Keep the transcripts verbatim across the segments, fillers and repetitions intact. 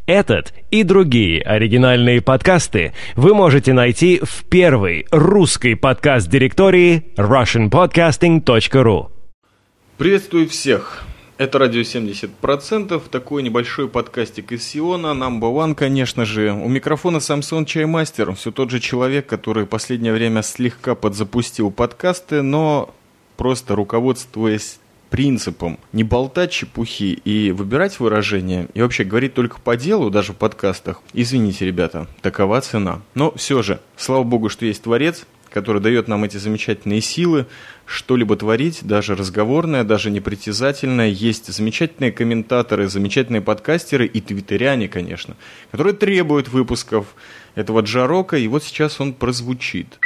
Этот и другие оригинальные подкасты вы можете найти в первой русской подкаст-директории russian podcasting точка ру. Приветствую всех! Это радио семьдесят процентов, такой небольшой подкастик из Сиона, number one, конечно же. У микрофона Самсон Чаймастер, все тот же человек, который в последнее время слегка подзапустил подкасты, но просто руководствуясь принципом не болтать чепухи и выбирать выражения, и вообще говорить только по делу, даже в подкастах. Извините, ребята, такова цена. Но все же, слава богу, что есть Творец, который дает нам эти замечательные силы, что-либо творить, даже разговорное, даже непритязательное. Есть замечательные комментаторы, замечательные подкастеры и твиттеряне, конечно, которые требуют выпусков этого джарока, и вот сейчас он прозвучит.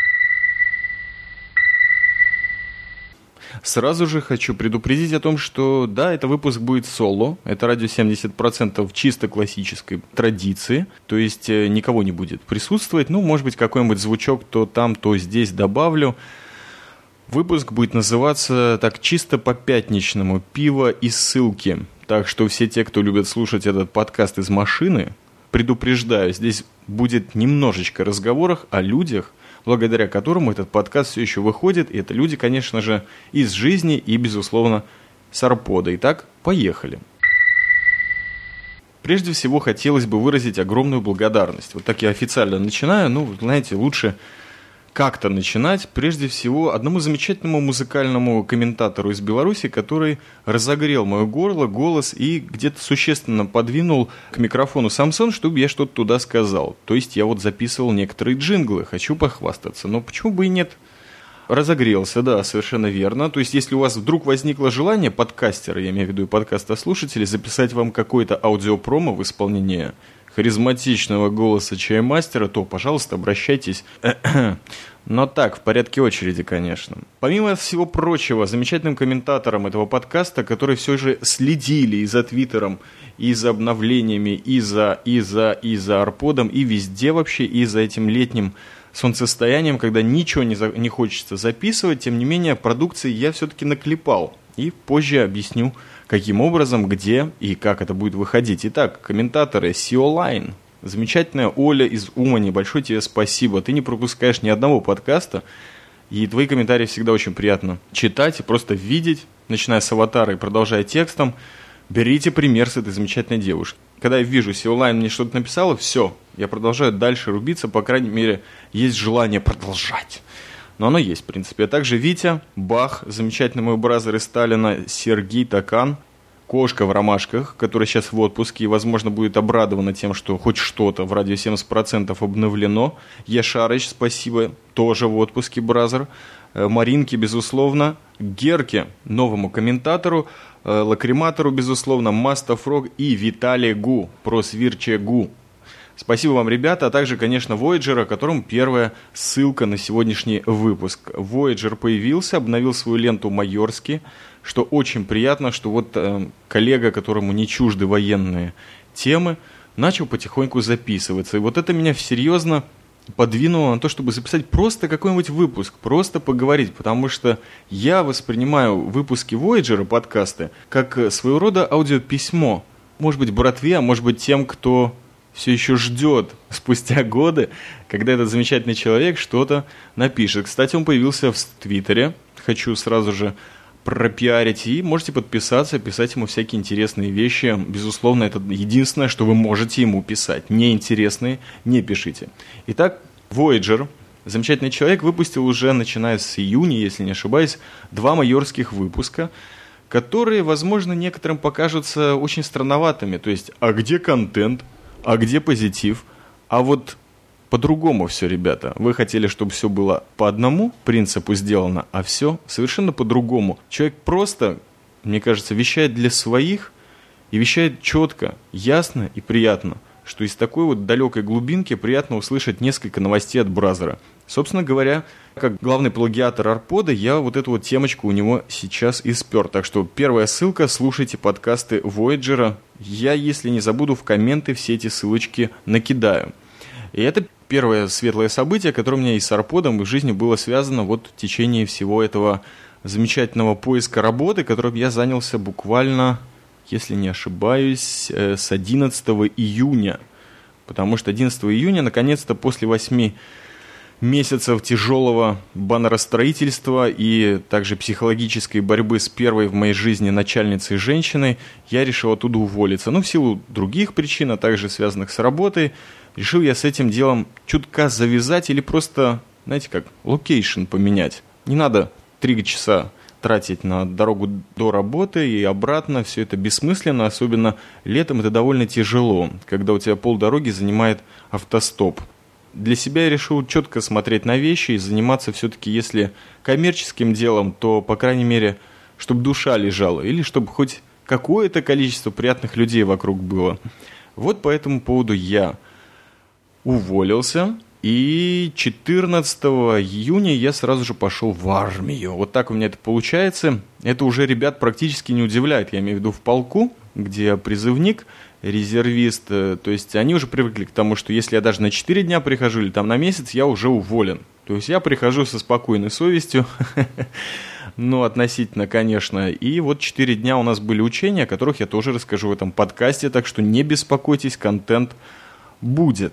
Сразу же хочу предупредить о том, что да, это выпуск будет соло, это радио семьдесят процентов чисто классической традиции, то есть никого не будет присутствовать, ну, может быть, какой-нибудь звучок то там, то здесь добавлю. Выпуск будет называться так чисто по-пятничному «Пиво и ссылки», так что все те, кто любит слушать этот подкаст из машины, предупреждаю, здесь будет немножечко разговоров о людях, благодаря которому этот подкаст все еще выходит, и это люди, конечно же, из жизни и, безусловно, с Арпода. Итак, поехали. Прежде всего, хотелось бы выразить огромную благодарность. Вот так я официально начинаю, ну, знаете, лучше как-то начинать. Прежде всего, одному замечательному музыкальному комментатору из Беларуси, который разогрел мое горло, голос и где-то существенно подвинул к микрофону Самсон, чтобы я что-то туда сказал. То есть я вот записывал некоторые джинглы, хочу похвастаться, но почему бы и нет? Разогрелся, да, совершенно верно. То есть если у вас вдруг возникло желание подкастера, я имею в виду и подкастослушателей, записать вам какое-то аудиопромо в исполнении харизматичного голоса Чаймастера, то, пожалуйста, обращайтесь. Но так, в порядке очереди, конечно. Помимо всего прочего, замечательным комментатором этого подкаста, которые все же следили и за Твиттером, и за обновлениями, и за, и за, и за Арподом, и везде вообще, и за этим летним солнцестоянием, когда ничего не, за, не хочется записывать, тем не менее, продукции я все-таки наклепал. И позже объясню, каким образом, где и как это будет выходить. Итак, комментаторы Сиолайн. Замечательная Оля из Умани. Большое тебе спасибо. Ты не пропускаешь ни одного подкаста. И твои комментарии всегда очень приятно читать и просто видеть, начиная с аватара и продолжая текстом. Берите пример с этой замечательной девушки. Когда я вижу, Сиолайн мне что-то написала, все, я продолжаю дальше рубиться, по крайней мере, есть желание продолжать. Но оно есть, в принципе. А также Витя, Бах, замечательный мой бразер из Сталина, Сергей Такан, Кошка в ромашках, который сейчас в отпуске и, возможно, будет обрадована тем, что хоть что-то в радио семьдесят процентов обновлено. Яшарыч, спасибо, тоже в отпуске бразер. Маринке, безусловно. Герке, новому комментатору. Лакриматору, безусловно. Мастафрог и Виталий Гу, просвирче Гу. Спасибо вам, ребята, а также, конечно, Voyager, о котором первая ссылка на сегодняшний выпуск. Voyager появился, обновил свою ленту «Майорски», что очень приятно, что вот э, коллега, которому не чужды военные темы, начал потихоньку записываться. И вот это меня серьезно подвинуло на то, чтобы записать просто какой-нибудь выпуск, просто поговорить, потому что я воспринимаю выпуски Voyager, подкасты, как своего рода аудиописьмо. Может быть, братве, а может быть, тем, кто все еще ждет спустя годы, когда этот замечательный человек что-то напишет. Кстати, он появился в Твиттере. Хочу сразу же пропиарить. И можете подписаться, писать ему всякие интересные вещи. Безусловно, это единственное, что вы можете ему писать. Неинтересные не пишите. Итак, Voyager, замечательный человек, выпустил уже, начиная с июня, если не ошибаюсь, два майорских выпуска, которые, возможно, некоторым покажутся очень странноватыми. То есть, а где контент? А где позитив? А вот по-другому все, ребята. Вы хотели, чтобы все было по одному принципу сделано, а все совершенно по-другому. Человек просто, мне кажется, вещает для своих и вещает четко, ясно и приятно, что из такой вот далекой глубинки приятно услышать несколько новостей от бразера. Собственно говоря, как главный плагиатор Арпода, я вот эту вот темочку у него сейчас и спер. Так что первая ссылка, слушайте подкасты Voyager. Я, если не забуду, в комменты все эти ссылочки накидаю. И это первое светлое событие, которое у меня и с Арподом в жизни было связано вот в течение всего этого замечательного поиска работы, которым я занялся буквально, если не ошибаюсь, с одиннадцатого июня. Потому что одиннадцатого июня, наконец-то, после восьми месяцев тяжелого баннеростроительства и также психологической борьбы с первой в моей жизни начальницей женщиной, я решил оттуда уволиться. Ну, в силу других причин, а также связанных с работой, решил я с этим делом чутка завязать или просто, знаете как, локейшн поменять. Не надо три часа тратить на дорогу до работы и обратно, все это бессмысленно, особенно летом это довольно тяжело, когда у тебя полдороги занимает автостоп. Для себя я решил четко смотреть на вещи и заниматься все-таки, если коммерческим делом, то, по крайней мере, чтобы душа лежала, или чтобы хоть какое-то количество приятных людей вокруг было. Вот по этому поводу я уволился. И четырнадцатого июня я сразу же пошел в армию. Вот так у меня это получается. Это уже ребят практически не удивляет. Я имею в виду в полку, где я призывник, резервист. То есть они уже привыкли к тому, что если я даже на четыре дня прихожу или там на месяц, я уже уволен. То есть я прихожу со спокойной совестью, ну, относительно, конечно. И вот четыре дня у нас были учения, о которых я тоже расскажу в этом подкасте. Так что не беспокойтесь, контент будет.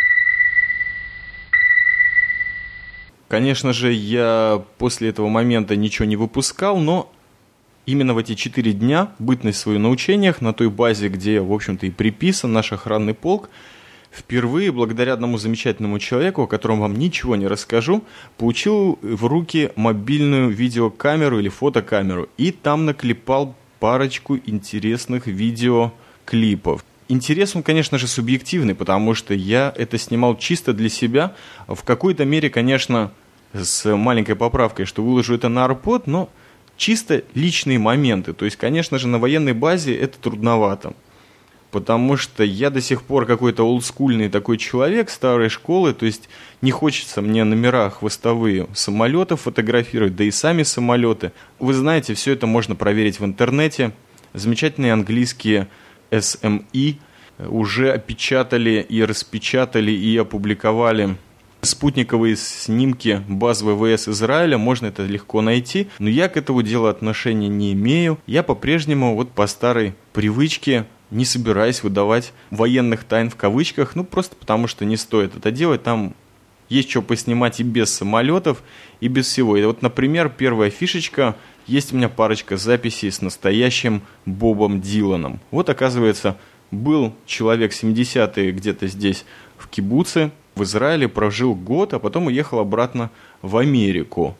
Конечно же, я после этого момента ничего не выпускал, но именно в эти четыре дня бытность свою на учениях, на той базе, где я, в общем-то, и приписан, наш охранный полк, впервые, благодаря одному замечательному человеку, о котором вам ничего не расскажу, получил в руки мобильную видеокамеру или фотокамеру, и там наклепал парочку интересных видеоклипов. Интерес, он, конечно же, субъективный, потому что я это снимал чисто для себя. В какой-то мере, конечно, с маленькой поправкой, что выложу это на Арпод, но чисто личные моменты. То есть, конечно же, на военной базе это трудновато. Потому что я до сих пор какой-то олдскульный такой человек старой школы, то есть не хочется мне номера хвостовые самолетов фотографировать, да и сами самолеты. Вы знаете, все это можно проверить в интернете. Замечательные английские эс эм и уже опечатали и распечатали и опубликовали спутниковые снимки баз вэ вэ эс Израиля, можно это легко найти, но я к этому делу отношения не имею. Я по-прежнему вот по старой привычке не собираюсь выдавать военных тайн в кавычках, ну просто потому что не стоит это делать, там есть что поснимать и без самолетов, и без всего. И вот, например, первая фишечка, есть у меня парочка записей с настоящим Бобом Диланом. Вот, оказывается, был человек семидесятые где-то здесь в кибуце, в Израиле, прожил год, а потом уехал обратно в Америку.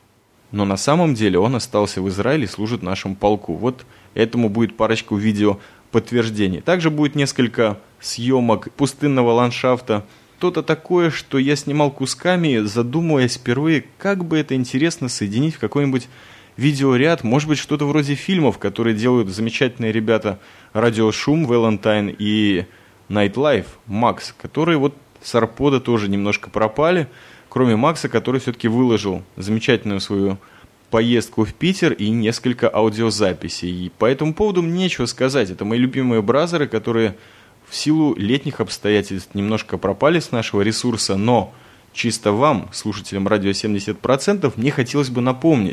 Но на самом деле он остался в Израиле и служит нашему полку. Вот этому будет парочку видео подтверждений. Также будет несколько съемок пустынного ландшафта. Что-то такое, что я снимал кусками, задумываясь впервые, как бы это интересно соединить в какой-нибудь видеоряд, может быть, что-то вроде фильмов, которые делают замечательные ребята Радиошум, Valentine и Nightlife, Макс, которые вот с Арпода тоже немножко пропали, кроме Макса, который все-таки выложил замечательную свою поездку в Питер и несколько аудиозаписей. И по этому поводу мне нечего сказать. Это мои любимые бразеры, которые в силу летних обстоятельств немножко пропали с нашего ресурса, но чисто вам, слушателям радио семьдесят процентов, мне хотелось бы напомнить,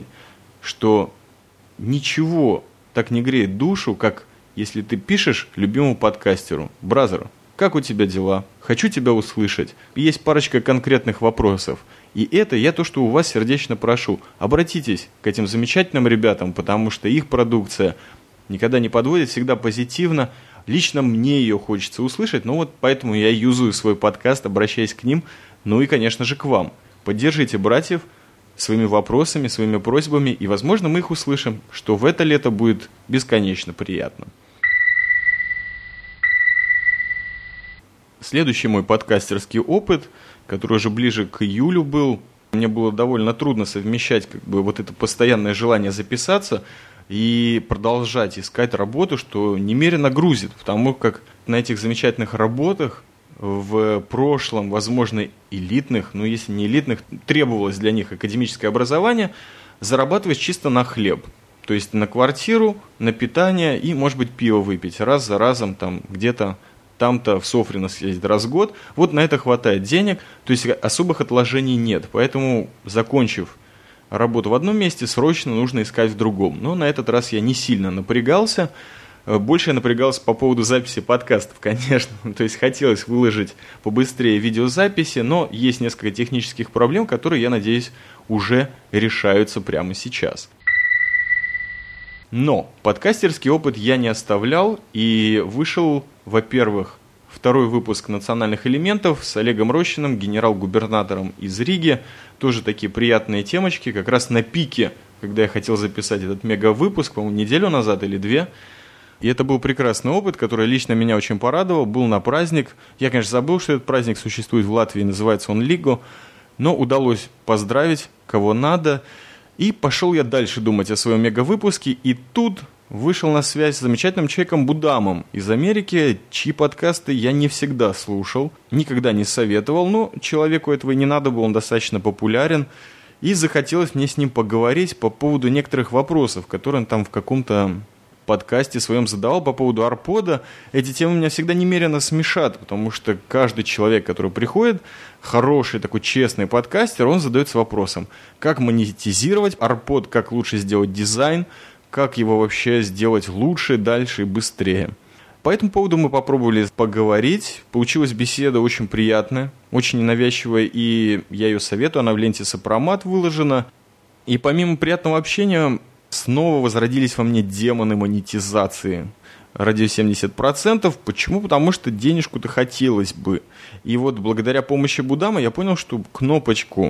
что ничего так не греет душу, как если ты пишешь любимому подкастеру: «Бразер, как у тебя дела? Хочу тебя услышать. Есть парочка конкретных вопросов». И это я то, что у вас сердечно прошу. Обратитесь к этим замечательным ребятам, потому что их продукция никогда не подводит, всегда позитивно. Лично мне ее хочется услышать, но вот поэтому я юзаю свой подкаст, обращаясь к ним, ну и, конечно же, к вам. Поддержите братьев своими вопросами, своими просьбами, и, возможно, мы их услышим, что в это лето будет бесконечно приятно. Следующий мой подкастерский опыт, который уже ближе к июлю был, мне было довольно трудно совмещать как бы вот это постоянное желание записаться и продолжать искать работу, что немерено грузит, потому как на этих замечательных работах в прошлом, возможно, элитных, но если не элитных, требовалось для них академическое образование, зарабатывать чисто на хлеб. То есть на квартиру, на питание и, может быть, пиво выпить раз за разом, там где-то там-то в Софрино съездить раз в год. Вот на это хватает денег, то есть особых отложений нет. Поэтому, закончив работу в одном месте, срочно нужно искать в другом. Но на этот раз я не сильно напрягался. Больше я напрягался по поводу записи подкастов, конечно. То есть хотелось выложить побыстрее видеозаписи, но есть несколько технических проблем, которые, я надеюсь, уже решаются прямо сейчас. Но подкастерский опыт я не оставлял, и вышел, во-первых, второй выпуск «Национальных элементов» с Олегом Рощиным, генерал-губернатором из Риги. Тоже такие приятные темочки, как раз на пике, когда я хотел записать этот мега-выпуск, по-моему, неделю назад или две. И это был прекрасный опыт, который лично меня очень порадовал. Был на праздник. Я, конечно, забыл, что этот праздник существует в Латвии, называется он Лиго. Но удалось поздравить, кого надо. И пошел я дальше думать о своем мега-выпуске. И тут вышел на связь с замечательным человеком Будамом из Америки, чьи подкасты я не всегда слушал, никогда не советовал. Но человеку этого и не надо было, он достаточно популярен. И захотелось мне с ним поговорить по поводу некоторых вопросов, которые он там в каком-то подкасте своем задавал по поводу арпода. Эти темы меня всегда немерено смешат, потому что каждый человек, который приходит, хороший такой честный подкастер, он задается вопросом, как монетизировать арпод, как лучше сделать дизайн, как его вообще сделать лучше, дальше и быстрее. По этому поводу мы попробовали поговорить. Получилась беседа очень приятная, очень ненавязчивая, и я ее советую, она в ленте Сопромат выложена. И помимо приятного общения, снова возродились во мне демоны монетизации. Радио семьдесят процентов. Почему? Потому что денежку-то хотелось бы. И вот благодаря помощи Будама я понял, что кнопочку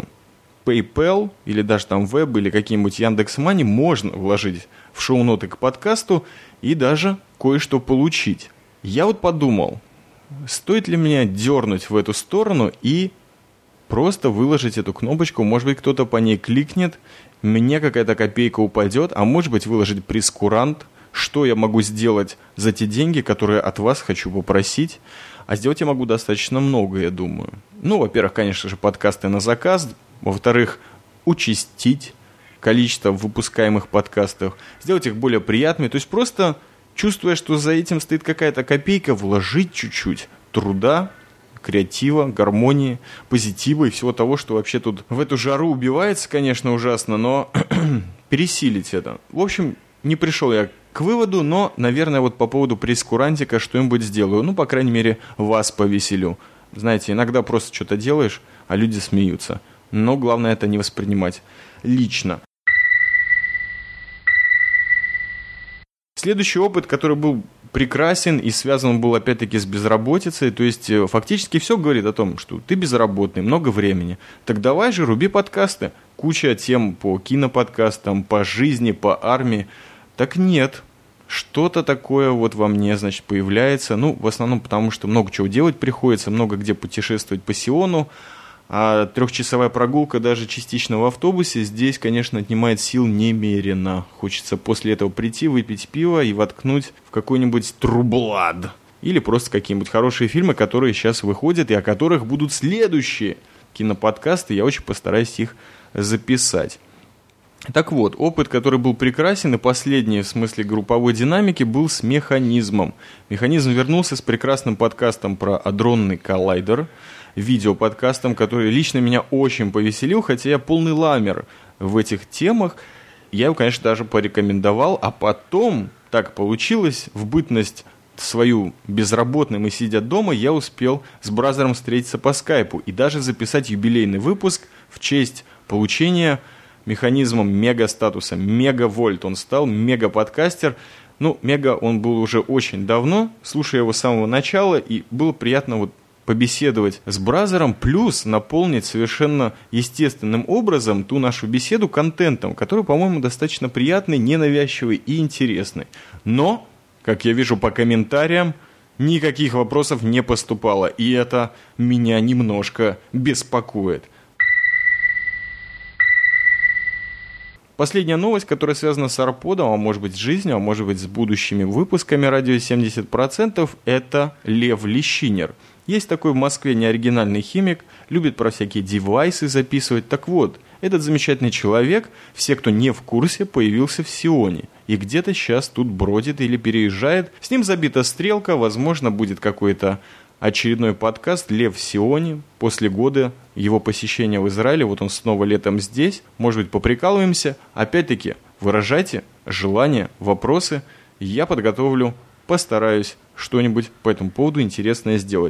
PayPal или даже там Web или какие-нибудь Яндекс.Мани можно вложить в шоу-ноты к подкасту и даже кое-что получить. Я вот подумал, стоит ли мне дернуть в эту сторону и просто выложить эту кнопочку, может быть, кто-то по ней кликнет, мне какая-то копейка упадет, а может быть, выложить прескурант, что я могу сделать за те деньги, которые от вас хочу попросить. А сделать я могу достаточно много, я думаю. Ну, во-первых, конечно же, подкасты на заказ. Во-вторых, участить количество выпускаемых подкастов. Сделать их более приятными. То есть просто, чувствуя, что за этим стоит какая-то копейка, вложить чуть-чуть труда, креатива, гармонии, позитива и всего того, что вообще тут в эту жару убивается, конечно, ужасно, но пересилить это. В общем, не пришел я к выводу, но, наверное, вот по поводу прескурантика что-нибудь сделаю. Ну, по крайней мере, вас повеселю. Знаете, иногда просто что-то делаешь, а люди смеются. Но главное это не воспринимать лично. Следующий опыт, который был прекрасен и связан был опять-таки с безработицей, то есть фактически все говорит о том, что ты безработный, много времени, так давай же руби подкасты, куча тем по киноподкастам, по жизни, по армии. Так нет, что-то такое вот во мне, значит, появляется, ну, в основном потому, что много чего делать приходится, много где путешествовать по Сиону, а трехчасовая прогулка даже частично в автобусе здесь, конечно, отнимает сил немерено. Хочется после этого прийти, выпить пиво и воткнуть в какой-нибудь True Blood. Или просто какие-нибудь хорошие фильмы, которые сейчас выходят и о которых будут следующие киноподкасты. Я очень постараюсь их записать. Так вот, опыт, который был прекрасен, и последний в смысле групповой динамики, был с Механизмом. Механизм вернулся с прекрасным подкастом про адронный коллайдер, видеоподкастом, который лично меня очень повеселил, хотя я полный ламер в этих темах. Я его, конечно, даже порекомендовал, а потом так получилось, в бытность свою безработным и сидя дома, я успел с бразером встретиться по скайпу и даже записать юбилейный выпуск в честь получения Механизмом мега-статуса, мега-вольт. Он стал мега-подкастер. Ну, мега он был уже очень давно, слушая его с самого начала, и было приятно вот побеседовать с бразером, плюс наполнить совершенно естественным образом ту нашу беседу контентом, который, по-моему, достаточно приятный, ненавязчивый и интересный. Но, как я вижу по комментариям, никаких вопросов не поступало, и это меня немножко беспокоит. Последняя новость, которая связана с арподом, а может быть с жизнью, а может быть с будущими выпусками радио семьдесят процентов, это Лев Лещинер. Есть такой в Москве неоригинальный химик, любит про всякие девайсы записывать. Так вот, этот замечательный человек, все, кто не в курсе, появился в Сионе. И где-то сейчас тут бродит или переезжает. С ним забита стрелка, возможно, будет какой-то очередной подкаст «Лев в Сионе». После года его посещения в Израиле, вот он снова летом здесь. Может быть, поприкалываемся. Опять-таки, выражайте желания, вопросы. Я подготовлю постараюсь что-нибудь по этому поводу интересное сделать.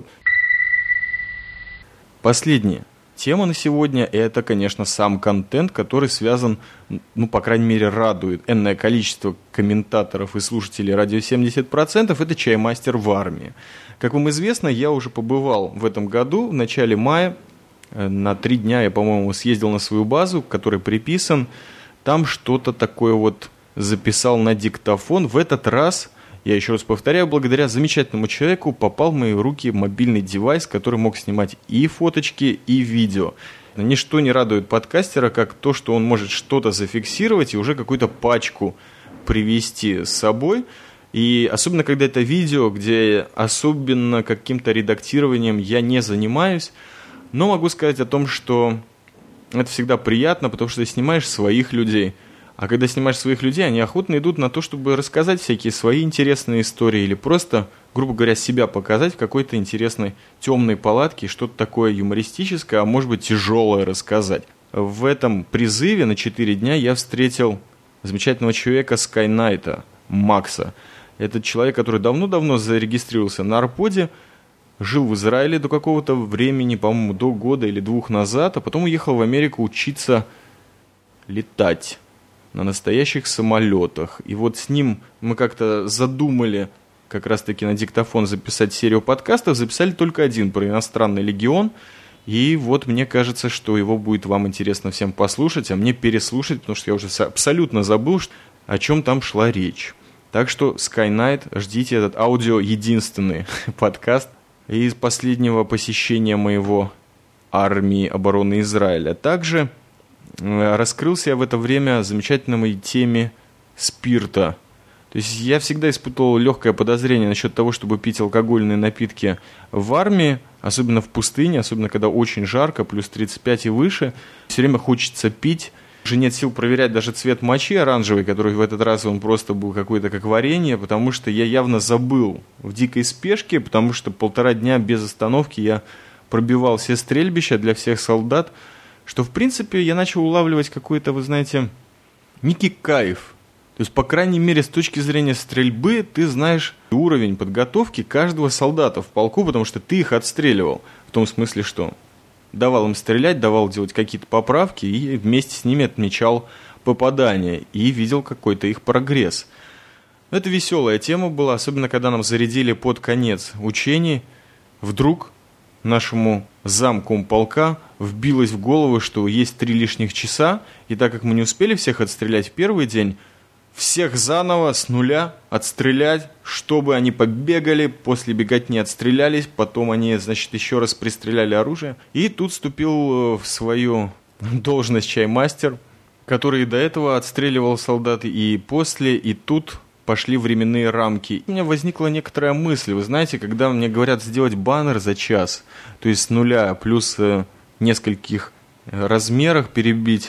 Последняя тема на сегодня – это, конечно, сам контент, который связан, ну, по крайней мере, радует энное количество комментаторов и слушателей радио семьдесят процентов. Это «Чаймастер в армии». Как вам известно, я уже побывал в этом году, в начале мая. На три дня я, по-моему, съездил на свою базу, к которой приписан. Там что-то такое вот записал на диктофон. В этот раз, я еще раз повторяю, благодаря замечательному человеку попал в мои руки мобильный девайс, который мог снимать и фоточки, и видео. Ничто не радует подкастера, как то, что он может что-то зафиксировать и уже какую-то пачку привезти с собой. И особенно, когда это видео, где особенно каким-то редактированием я не занимаюсь. Но могу сказать о том, что это всегда приятно, потому что ты снимаешь своих людей. А когда снимаешь своих людей, они охотно идут на то, чтобы рассказать всякие свои интересные истории или просто, грубо говоря, себя показать в какой-то интересной темной палатке, что-то такое юмористическое, а может быть тяжелое рассказать. В этом призыве на четыре дня я встретил замечательного человека Скайнайта, Макса. Это человек, который давно-давно зарегистрировался на Арподе, жил в Израиле до какого-то времени, по-моему, до года или двух назад, а потом уехал в Америку учиться летать на настоящих самолетах. И вот с ним мы как-то задумали как раз-таки на диктофон записать серию подкастов, записали только один про иностранный легион. И вот мне кажется, что его будет вам интересно всем послушать, а мне переслушать, потому что я уже абсолютно забыл, о чем там шла речь. Так что Skyknight, ждите этот аудио единственный подкаст из последнего посещения моего армии обороны Израиля. Также раскрылся я в это время замечательной теме спирта. То есть я всегда испытывал легкое подозрение насчет того, чтобы пить алкогольные напитки в армии, особенно в пустыне, особенно когда очень жарко, плюс тридцать пять и выше. Все время хочется пить. Уже нет сил проверять даже цвет мочи оранжевый, который в этот раз он просто был какой-то как варенье, потому что я явно забыл в дикой спешке, потому что полтора дня без остановки я пробивал все стрельбища для всех солдат, что в принципе я начал улавливать какой-то, вы знаете, некий кайф. То есть, по крайней мере, с точки зрения стрельбы, ты знаешь уровень подготовки каждого солдата в полку, потому что ты их отстреливал. В том смысле, что давал им стрелять, давал делать какие-то поправки и вместе с ними отмечал попадания и видел какой-то их прогресс. Это веселая тема была, особенно когда нам зарядили под конец учений. Вдруг нашему замкомполка вбилось в голову, что есть три лишних часа, и так как мы не успели всех отстрелять в первый день, всех заново с нуля отстрелять, чтобы они побегали, после беготни отстрелялись, потом они, значит, еще раз пристреляли оружие. И тут вступил в свою должность чаймастер, который до этого отстреливал солдат и после, и тут пошли временные рамки. У меня возникла некоторая мысль, вы знаете, когда мне говорят сделать баннер за час, то есть с нуля плюс э, нескольких размерах перебить,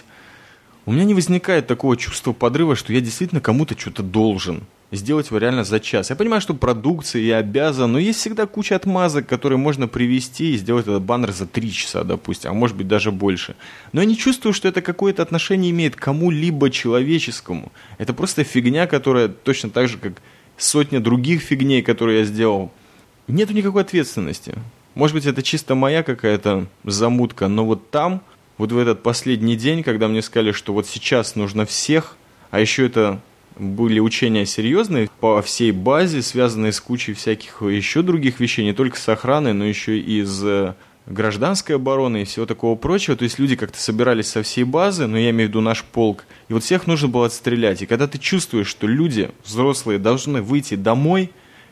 у меня не возникает такого чувства подрыва, что я действительно кому-то что-то должен сделать его реально за час. Я понимаю, что продукция я обязан, но есть всегда куча отмазок, которые можно привести и сделать этот баннер за три часа, допустим, а может быть даже больше. Но я не чувствую, что это какое-то отношение имеет к кому-либо человеческому. Это просто фигня, которая точно так же, как сотня других фигней, которые я сделал. Нету никакой ответственности. Может быть, это чисто моя какая-то замутка, но вот там... Вот в этот последний день, когда мне сказали, что вот сейчас нужно всех, а еще это были учения серьезные по всей базе, связанные с кучей всяких еще других вещей, не только с охраной, но еще и из гражданской обороны и всего такого прочего. То есть люди как-то собирались со всей базы, но я имею в виду наш полк, и вот всех нужно было отстрелять. И когда ты чувствуешь, что люди, взрослые, должны выйти домой,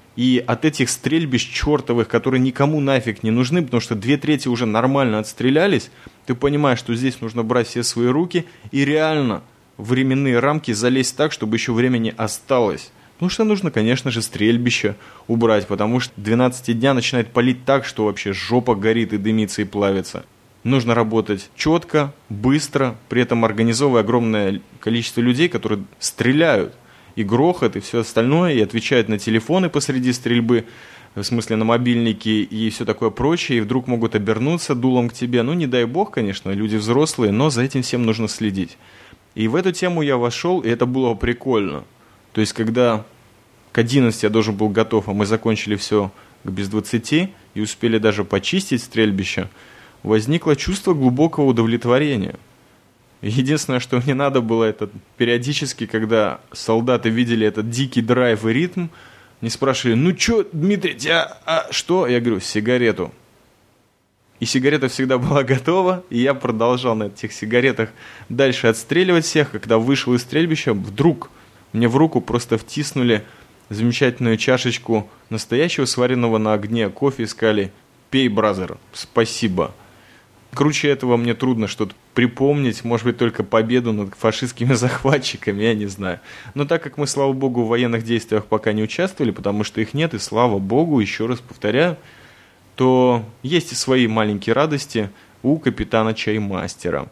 и от этих стрельбищ чертовых, которые никому нафиг не нужны, потому что две трети уже нормально отстрелялись, ты понимаешь, что здесь нужно брать все свои руки и реально в временные рамки залезть так, чтобы еще времени осталось. Потому что нужно, конечно же, стрельбище убрать, потому что двенадцать дня начинает палить так, что вообще жопа горит и дымится и плавится. Нужно работать четко, быстро, при этом организовывая огромное количество людей, которые стреляют. И грохот, и все остальное, и отвечают на телефоны посреди стрельбы, в смысле на мобильники и все такое прочее, и вдруг могут обернуться дулом к тебе. Ну, не дай бог, конечно, люди взрослые, но за этим всем нужно следить. И в эту тему я вошел, и это было прикольно. То есть, когда к одиннадцати я должен был готов, а мы закончили все к без двадцати и успели даже почистить стрельбище, возникло чувство глубокого удовлетворения. Единственное, что мне надо было, это периодически, когда солдаты видели этот дикий драйв и ритм, не спрашивали: ну чё, Дмитрий, тебя, а что? Я говорю: сигарету. И сигарета всегда была готова, и я продолжал на этих сигаретах дальше отстреливать всех. Когда вышел из стрельбища, вдруг мне в руку просто втиснули замечательную чашечку настоящего сваренного на огне кофе и сказали: пей, бразер, спасибо. Круче этого мне трудно что-то припомнить, может быть, только победу над фашистскими захватчиками, я не знаю. Но так как мы, слава богу, в военных действиях пока не участвовали, потому что их нет, и слава богу, еще раз повторяю, то есть и свои маленькие радости у капитана Чаймастера.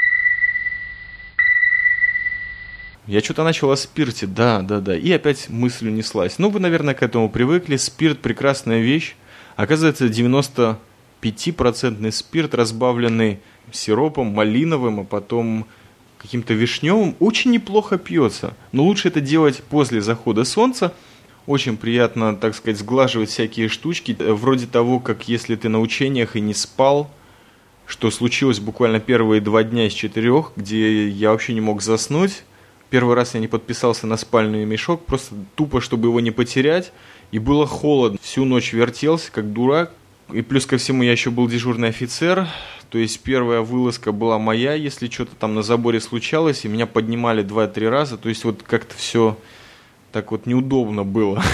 Я что-то начал о спирте, да, да, да, и опять мысль унеслась. Ну, вы, наверное, к этому привыкли, спирт – прекрасная вещь. Оказывается, девяносто пять процентов спирт, разбавленный сиропом малиновым, а потом каким-то вишневым, очень неплохо пьется. Но лучше это делать после захода солнца. Очень приятно, так сказать, сглаживать всякие штучки, вроде того, как если ты на учениях и не спал, что случилось буквально первые два дня из четырех, где я вообще не мог заснуть. Первый раз я не подписался на спальный мешок, просто тупо, чтобы его не потерять, и было холодно. Всю ночь вертелся, как дурак. И плюс ко всему я еще был дежурный офицер, то есть первая вылазка была моя, если что-то там на заборе случалось, и меня поднимали два-три раза, то есть вот как-то все так вот неудобно было.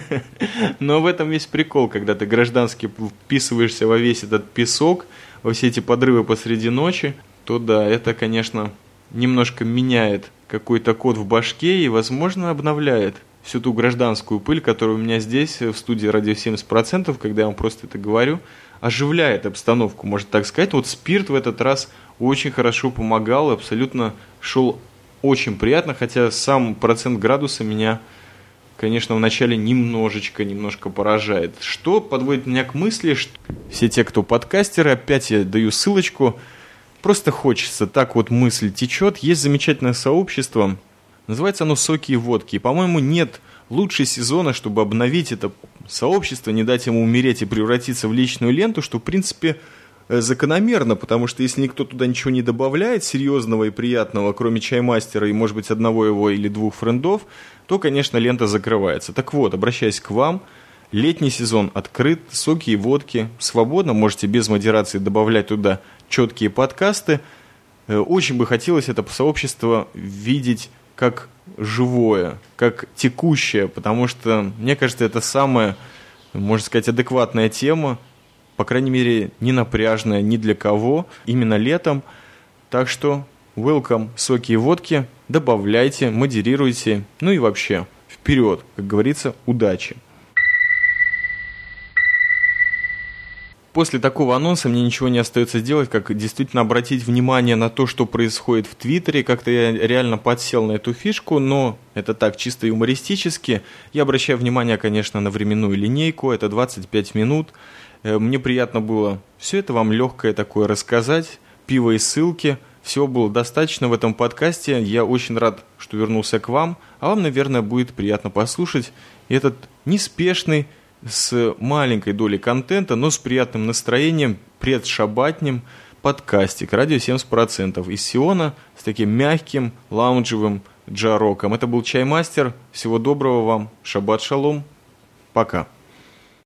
Но в этом весь прикол, когда ты гражданский вписываешься во весь этот песок, во все эти подрывы посреди ночи, то да, это, конечно, немножко меняет какой-то код в башке и, возможно, обновляет всю ту гражданскую пыль, которая у меня здесь, в студии «Радио семьдесят процентов», когда я вам просто это говорю, оживляет обстановку, можно так сказать. Вот спирт в этот раз очень хорошо помогал, абсолютно шел очень приятно, хотя сам процент градуса меня, конечно, вначале немножечко, немножко поражает. Что подводит меня к мысли, что все те, кто подкастеры, опять я даю ссылочку, просто хочется, так вот мысль течет. Есть замечательное сообщество, называется оно «Соки и водки». И, по-моему, нет лучше сезона, чтобы обновить это сообщество, не дать ему умереть и превратиться в личную ленту, что, в принципе, закономерно, потому что если никто туда ничего не добавляет серьезного и приятного, кроме Чаймастера и, может быть, одного его или двух френдов, то, конечно, лента закрывается. Так вот, обращаясь к вам, летний сезон открыт, соки и водки свободно, можете без модерации добавлять туда четкие подкасты. Очень бы хотелось это сообщество видеть как живое, как текущее, потому что, мне кажется, это самая, можно сказать, адекватная тема, по крайней мере, не напряжная ни для кого, именно летом. Так что, welcome, соки и водки, добавляйте, модерируйте, ну и вообще, вперед, как говорится, удачи. После такого анонса мне ничего не остается делать, как действительно обратить внимание на то, что происходит в Твиттере. Как-то я реально подсел на эту фишку, но это так, чисто юмористически. Я обращаю внимание, конечно, на временную линейку, это двадцать пять минут. Мне приятно было все это вам легкое такое рассказать, пиво и ссылки. Всего было достаточно в этом подкасте. Я очень рад, что вернулся к вам, а вам, наверное, будет приятно послушать этот неспешный, с маленькой долей контента, но с приятным настроением, предшабатним подкастик «Радио семьдесят процентов» из Сиона с таким мягким, лаунжевым джароком. Это был Чаймастер. Всего доброго вам. Шаббат шалом. Пока.